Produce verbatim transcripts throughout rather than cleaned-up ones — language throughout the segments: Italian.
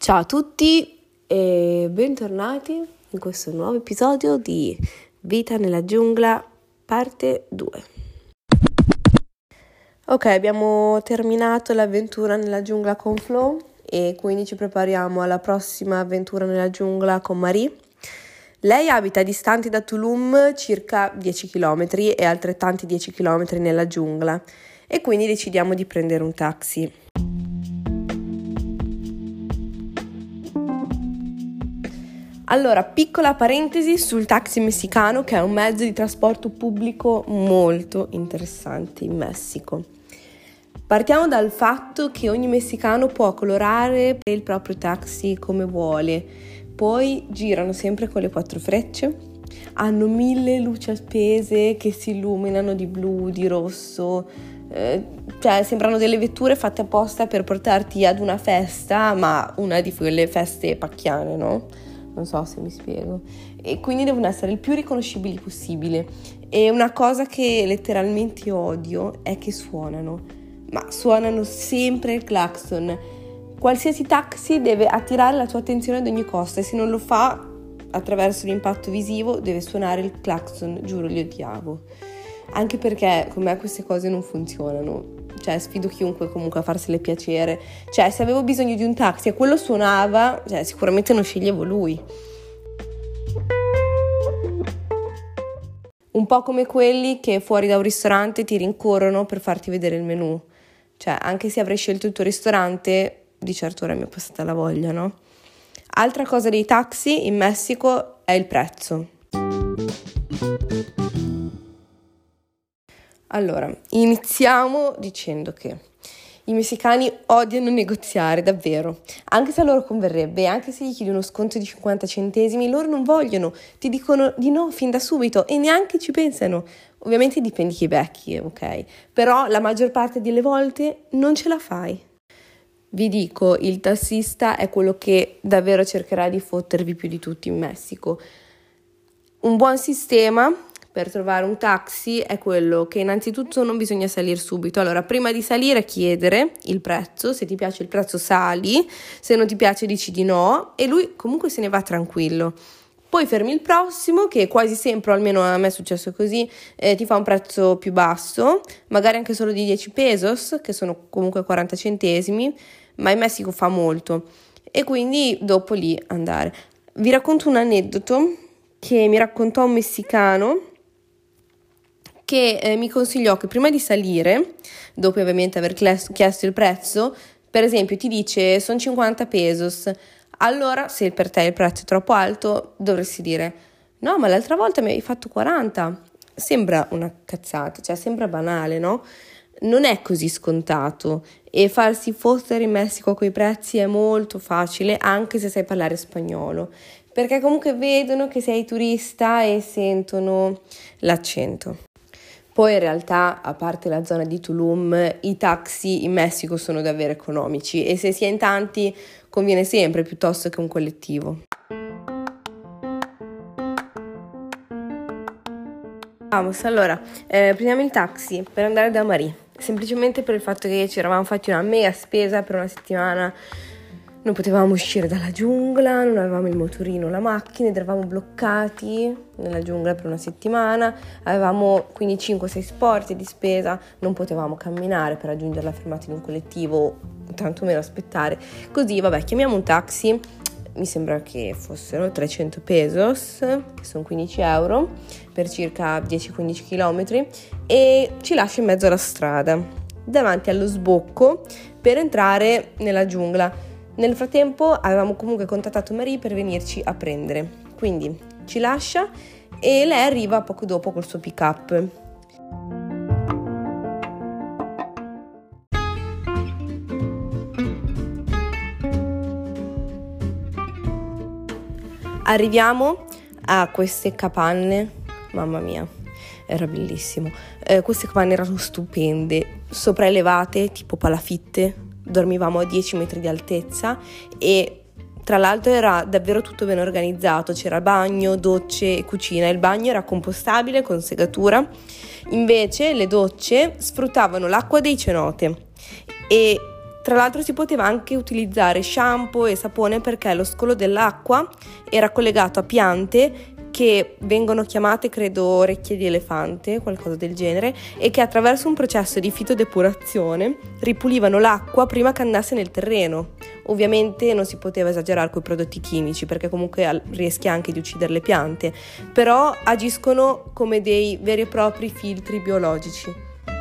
Ciao a tutti e bentornati in questo nuovo episodio di Vita nella giungla, parte due. Ok, abbiamo terminato l'avventura nella giungla con Flo e quindi ci prepariamo alla prossima avventura nella giungla con Marie. Lei abita distanti da Tulum circa dieci chilometri e altrettanti dieci chilometri nella giungla e quindi decidiamo di prendere un taxi. Allora, piccola parentesi sul taxi messicano, che è un mezzo di trasporto pubblico molto interessante in Messico. Partiamo dal fatto che ogni messicano può colorare il proprio taxi come vuole, poi girano sempre con le quattro frecce, hanno mille luci accese che si illuminano di blu, di rosso, eh, cioè sembrano delle vetture fatte apposta per portarti ad una festa, ma una di quelle feste pacchiane, no? Non so se mi spiego. E quindi devono essere il più riconoscibili possibile. E una cosa che letteralmente odio è che suonano. Ma suonano sempre il clacson. Qualsiasi taxi deve attirare la tua attenzione ad ogni costo e se non lo fa attraverso l'impatto visivo deve suonare il clacson. Giuro, li odiavo. Anche perché con me queste cose non funzionano. Cioè sfido chiunque comunque a farsele piacere. Cioè se avevo bisogno di un taxi e quello suonava, cioè sicuramente non sceglievo lui. Un po' come quelli che fuori da un ristorante ti rincorrono per farti vedere il menù. Cioè anche se avrei scelto il tuo ristorante, di certo ora mi è passata la voglia, no? Altra cosa dei taxi in Messico è il prezzo. Allora, iniziamo dicendo che i messicani odiano negoziare, davvero. Anche se a loro converrebbe, anche se gli chiedi uno sconto di cinquanta centesimi, loro non vogliono, ti dicono di no fin da subito e neanche ci pensano. Ovviamente dipende chi becchi, ok? Però la maggior parte delle volte non ce la fai. Vi dico, il tassista è quello che davvero cercherà di fottervi più di tutti in Messico. Un buon sistema per trovare un taxi è quello che innanzitutto non bisogna salire subito. Allora, prima di salire chiedere il prezzo, se ti piace il prezzo sali, se non ti piace dici di no e lui comunque se ne va tranquillo. Poi fermi il prossimo che quasi sempre, o almeno a me è successo così, eh, ti fa un prezzo più basso, magari anche solo di dieci pesos, che sono comunque quaranta centesimi, ma in Messico fa molto e quindi dopo lì andare. Vi racconto un aneddoto che mi raccontò un messicano che eh, mi consigliò che prima di salire, dopo ovviamente aver chiesto il prezzo, per esempio ti dice sono cinquanta pesos, allora se per te il prezzo è troppo alto dovresti dire no, ma l'altra volta mi avevi fatto quaranta. Sembra una cazzata, cioè sembra banale, no? Non è così scontato e farsi fottere in Messico coi prezzi è molto facile anche se sai parlare spagnolo, perché comunque vedono che sei turista e sentono l'accento. Poi in realtà, a parte la zona di Tulum, i taxi in Messico sono davvero economici e se si è in tanti conviene sempre piuttosto che un collettivo. Vamos, allora, eh, prendiamo il taxi per andare da Marie, semplicemente per il fatto che ci eravamo fatti una mega spesa per una settimana. Non potevamo uscire dalla giungla, non avevamo il motorino, la macchina ed eravamo bloccati nella giungla per una settimana. Avevamo quindi cinque sei sport di spesa, non potevamo camminare per raggiungere la fermata di un collettivo, tantomeno aspettare. Così, vabbè, chiamiamo un taxi, mi sembra che fossero trecento pesos, che sono quindici euro, per circa dieci quindici chilometri, e ci lascia in mezzo alla strada, davanti allo sbocco, per entrare nella giungla. Nel frattempo avevamo comunque contattato Marie per venirci a prendere, quindi ci lascia e lei arriva poco dopo col suo pick up. Arriviamo a queste capanne, mamma mia, era bellissimo. Eh, queste capanne erano stupende, sopraelevate, tipo palafitte. Dormivamo a dieci metri di altezza e tra l'altro era davvero tutto ben organizzato, c'era bagno, docce e cucina. Il bagno era compostabile con segatura, invece le docce sfruttavano l'acqua dei cenote e Tra l'altro si poteva anche utilizzare shampoo e sapone perché lo scolo dell'acqua era collegato a piante che vengono chiamate, credo, orecchie di elefante, qualcosa del genere, e che attraverso un processo di fitodepurazione ripulivano l'acqua prima che andasse nel terreno. Ovviamente non si poteva esagerare con i prodotti chimici perché comunque rischia anche di uccidere le piante, però agiscono come dei veri e propri filtri biologici.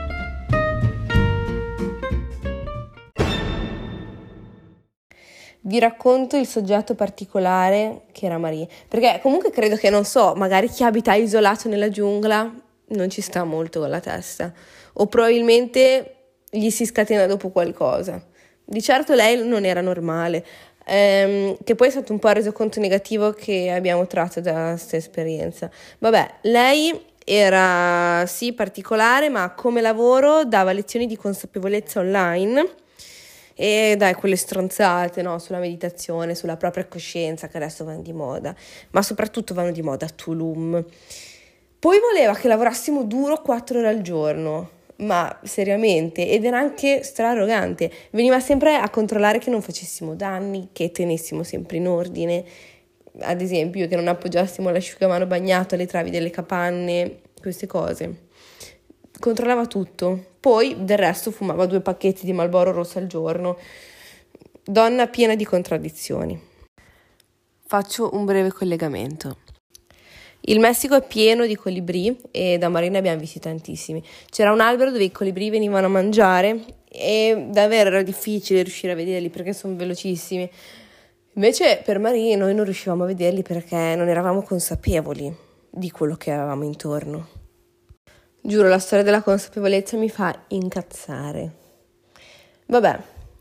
Vi racconto il soggetto particolare che era Marie, perché comunque credo che, non so, magari chi abita isolato nella giungla non ci sta molto con la testa, o probabilmente gli si scatena dopo qualcosa. Di certo lei non era normale, ehm, che poi è stato un po' il resoconto negativo che abbiamo tratto da questa esperienza. Vabbè, lei era sì particolare, ma come lavoro dava lezioni di consapevolezza online. E dai, quelle stronzate, no? Sulla meditazione, sulla propria coscienza, che adesso vanno di moda, ma soprattutto vanno di moda a Tulum. Poi voleva che lavorassimo duro quattro ore al giorno, ma seriamente, ed era anche stra-arrogante. Veniva sempre a controllare che non facessimo danni, che tenessimo sempre in ordine, ad esempio che non appoggiassimo l'asciugamano bagnato alle travi delle capanne, queste cose. Controllava tutto. Poi del resto fumava due pacchetti di Marlboro Rosso al giorno. Donna piena di contraddizioni. Faccio un breve collegamento. Il Messico è pieno di colibrì e da Marina abbiamo visti tantissimi. C'era un albero dove i colibrì venivano a mangiare e davvero era difficile riuscire a vederli perché sono velocissimi. Invece per Marina noi non riuscivamo a vederli perché non eravamo consapevoli di quello che avevamo intorno. Giuro, la storia della consapevolezza mi fa incazzare. Vabbè,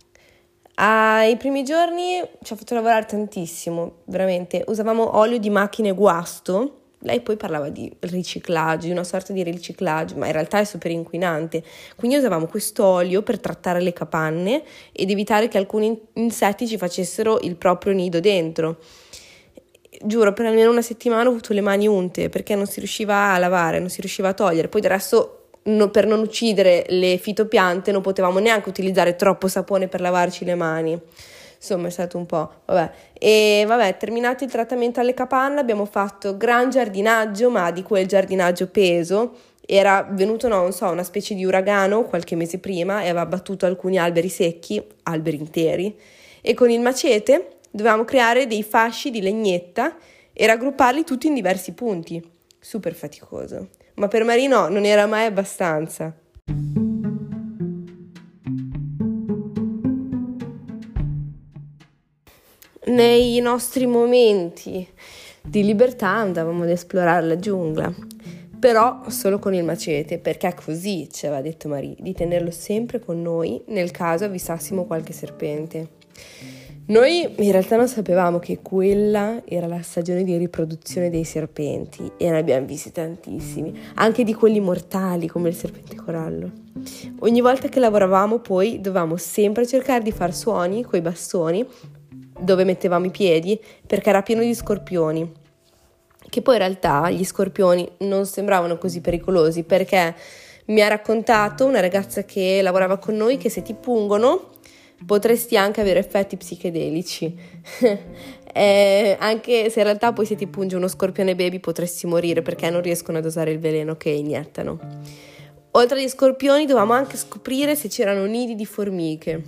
ai primi giorni ci ha fatto lavorare tantissimo, veramente. Usavamo olio di macchine guasto. Lei poi parlava di riciclaggio, di una sorta di riciclaggio, ma in realtà è super inquinante. Quindi usavamo questo olio per trattare le capanne ed evitare che alcuni insetti ci facessero il proprio nido dentro. Giuro, per almeno una settimana ho avuto le mani unte perché non si riusciva a lavare, non si riusciva a togliere. Poi del resto, no, per non uccidere le fitopiante non potevamo neanche utilizzare troppo sapone per lavarci le mani. Insomma, è stato un po', vabbè. E vabbè, terminato il trattamento alle capanne, abbiamo fatto gran giardinaggio, ma di quel giardinaggio peso. Era venuto, no, non so, una specie di uragano qualche mese prima e aveva abbattuto alcuni alberi secchi, alberi interi, e con il macete dovevamo creare dei fasci di legnetta e raggrupparli tutti in diversi punti. Super faticoso. Ma per Marino non era mai abbastanza. Nei nostri momenti di libertà andavamo ad esplorare la giungla, però solo con il macete, perché così ci aveva detto Marie, di tenerlo sempre con noi nel caso avvistassimo qualche serpente. Noi in realtà non sapevamo che quella era la stagione di riproduzione dei serpenti e ne abbiamo visti tantissimi, anche di quelli mortali come il serpente corallo. Ogni volta che lavoravamo poi dovevamo sempre cercare di far suoni coi bastoni dove mettevamo i piedi perché era pieno di scorpioni, che poi in realtà gli scorpioni non sembravano così pericolosi perché mi ha raccontato una ragazza che lavorava con noi che se ti pungono potresti anche avere effetti psichedelici. eh, anche se in realtà poi se ti punge uno scorpione baby potresti morire perché non riescono a dosare il veleno che iniettano. Oltre agli scorpioni dovevamo anche scoprire se c'erano nidi di formiche.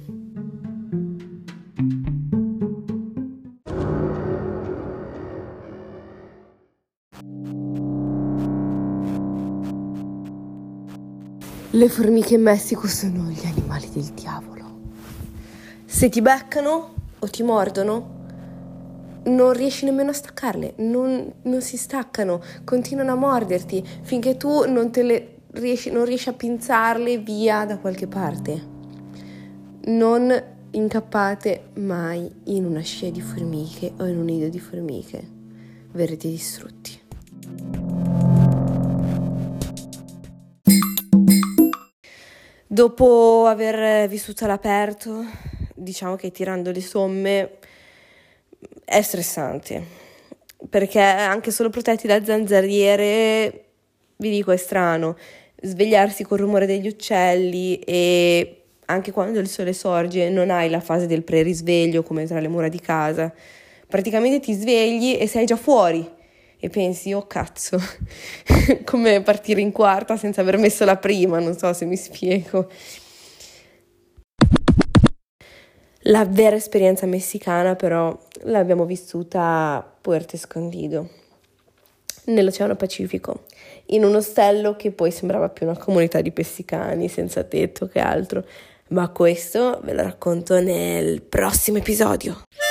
Le formiche in Messico sono gli animali del diavolo. Se ti beccano o ti mordono, non riesci nemmeno a staccarle, non, non si staccano, continuano a morderti finché tu non, te le riesci, non riesci a pinzarle via da qualche parte. Non incappate mai in una scia di formiche o in un nido di formiche, verrete distrutti. Dopo aver vissuto all'aperto, diciamo che tirando le somme è stressante, perché anche solo protetti da zanzariere, vi dico, è strano svegliarsi col rumore degli uccelli e anche quando il sole sorge non hai la fase del pre-risveglio come tra le mura di casa. Praticamente ti svegli e sei già fuori e pensi, oh cazzo, come partire in quarta senza aver messo la prima, non so se mi spiego. La vera esperienza messicana però l'abbiamo vissuta a Puerto Escondido, nell'Oceano Pacifico, in un ostello che poi sembrava più una comunità di messicani senza tetto che altro, ma questo ve lo racconto nel prossimo episodio.